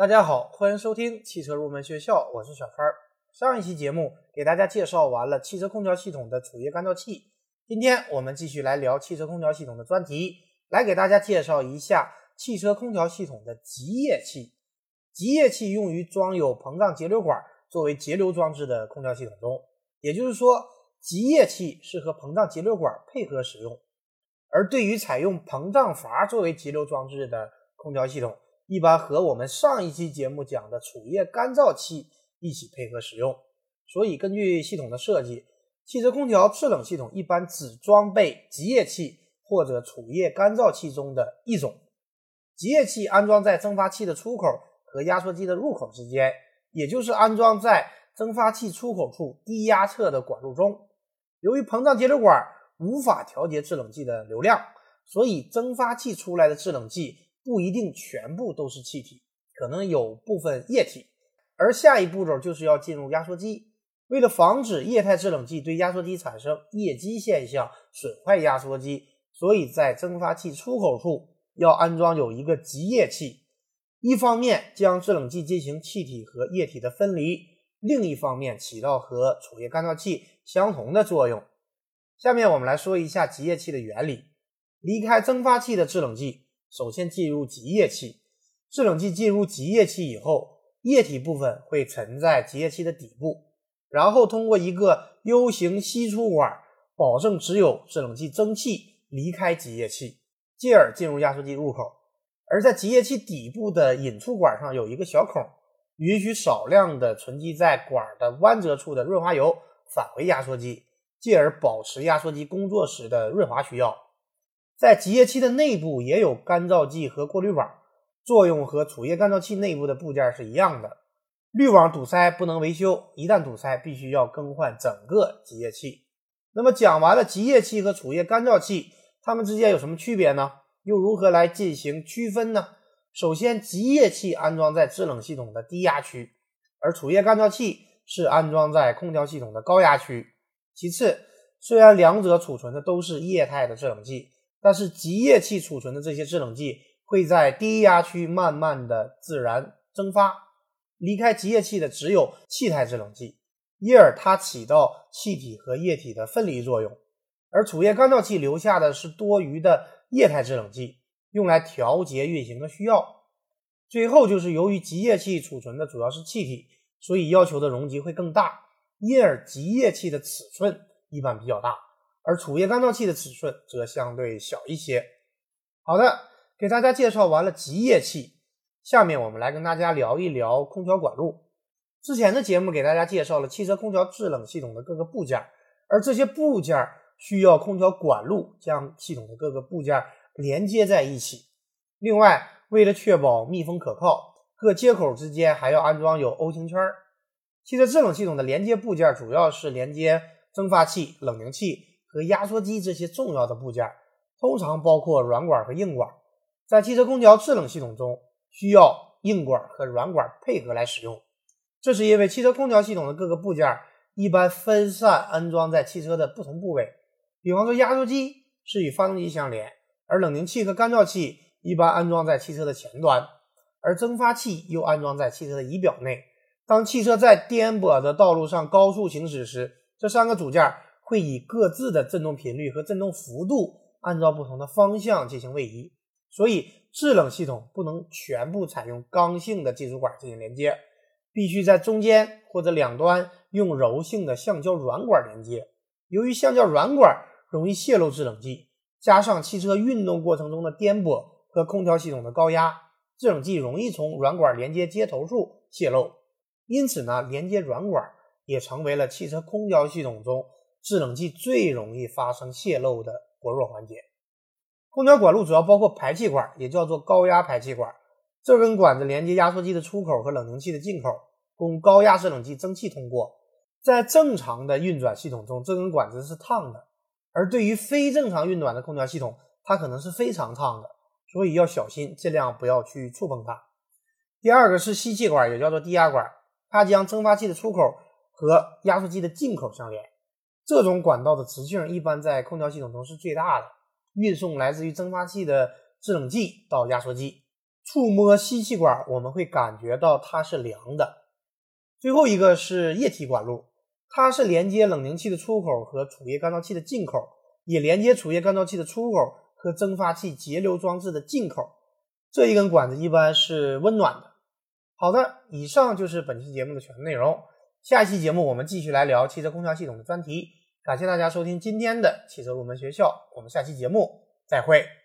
大家好，欢迎收听汽车入门学校，我是小川。上一期节目给大家介绍完了汽车空调系统的储液干燥器，今天我们继续来聊汽车空调系统的专题，来给大家介绍一下汽车空调系统的集液器。集液器用于装有膨胀节流管作为节流装置的空调系统中，也就是说，集液器是和膨胀节流管配合使用。而对于采用膨胀阀作为节流装置的空调系统，一般和我们上一期节目讲的储液干燥器一起配合使用。所以根据系统的设计，汽车空调制冷系统一般只装备集液器或者储液干燥器中的一种。集液器安装在蒸发器的出口和压缩机的入口之间，也就是安装在蒸发器出口处低压侧的管路中。由于膨胀节流管无法调节制冷剂的流量，所以蒸发器出来的制冷剂不一定全部都是气体，可能有部分液体。而下一步骤就是要进入压缩机，为了防止液态制冷剂对压缩机产生液积现象损坏压缩机，所以在蒸发器出口处要安装有一个集液器，一方面将制冷剂进行气体和液体的分离，另一方面起到和储液干燥器相同的作用。下面我们来说一下集液器的原理。离开蒸发器的制冷剂首先进入集液器，制冷剂进入集液器以后，液体部分会沉在集液器的底部，然后通过一个 U 型吸出管，保证只有制冷剂蒸汽离开集液器，继而进入压缩机入口。而在集液器底部的引出管上有一个小孔，允许少量的存积在管的弯折处的润滑油返回压缩机，继而保持压缩机工作时的润滑需要。在集液器的内部也有干燥剂和过滤网，作用和储液干燥器内部的部件是一样的。滤网堵塞不能维修，一旦堵塞必须要更换整个集液器。那么讲完了集液器和储液干燥器，它们之间有什么区别呢？又如何来进行区分呢？首先，集液器安装在制冷系统的低压区，而储液干燥器是安装在空调系统的高压区。其次，虽然两者储存的都是液态的制冷剂，但是集液器储存的这些制冷剂会在低压区慢慢的自然蒸发，离开集液器的只有气态制冷剂，因而它起到气体和液体的分离作用。而储液干燥器留下的是多余的液态制冷剂，用来调节运行的需要。最后就是由于集液器储存的主要是气体，所以要求的容积会更大，因而集液器的尺寸一般比较大，而储液干燥器的尺寸则相对小一些。好的，给大家介绍完了集液器，下面我们来跟大家聊一聊空调管路。之前的节目给大家介绍了汽车空调制冷系统的各个部件，而这些部件需要空调管路将系统的各个部件连接在一起。另外，为了确保密封可靠，各接口之间还要安装有 O 型圈。汽车制冷系统的连接部件主要是连接蒸发器、冷凝器和压缩机这些重要的部件，通常包括软管和硬管。在汽车空调制冷系统中，需要硬管和软管配合来使用，这是因为汽车空调系统的各个部件一般分散安装在汽车的不同部位，比方说压缩机是与发动机相连，而冷凝器和干燥器一般安装在汽车的前端，而蒸发器又安装在汽车的仪表内。当汽车在颠簸的道路上高速行驶时，这三个组件会以各自的振动频率和振动幅度按照不同的方向进行位移，所以制冷系统不能全部采用刚性的金属管进行连接，必须在中间或者两端用柔性的橡胶软管连接。由于橡胶软管容易泄漏制冷剂，加上汽车运动过程中的颠簸和空调系统的高压，制冷剂容易从软管连接接头处泄漏。因此呢，连接软管也成为了汽车空调系统中制冷剂最容易发生泄漏的薄弱环节。空调管路主要包括排气管，也叫做高压排气管，这根管子连接压缩机的出口和冷凝器的进口，供高压制冷剂蒸汽通过。在正常的运转系统中，这根管子是烫的，而对于非正常运转的空调系统，它可能是非常烫的，所以要小心，尽量不要去触碰它。第二个是吸气管，也叫做低压管，它将蒸发器的出口和压缩机的进口相连。这种管道的直径一般在空调系统中是最大的，运送来自于蒸发器的制冷剂到压缩机。 触摸吸气管我们会感觉到它是凉的。最后一个是液体管路，它是连接冷凝器的出口和储液干燥器的进口，也连接储液干燥器的出口和蒸发器节流装置的进口。这一根管子一般是温暖的。好的，以上就是本期节目的全部内容。下一期节目我们继续来聊汽车空调系统的专题。感谢大家收听今天的汽车入门学校，我们下期节目再会。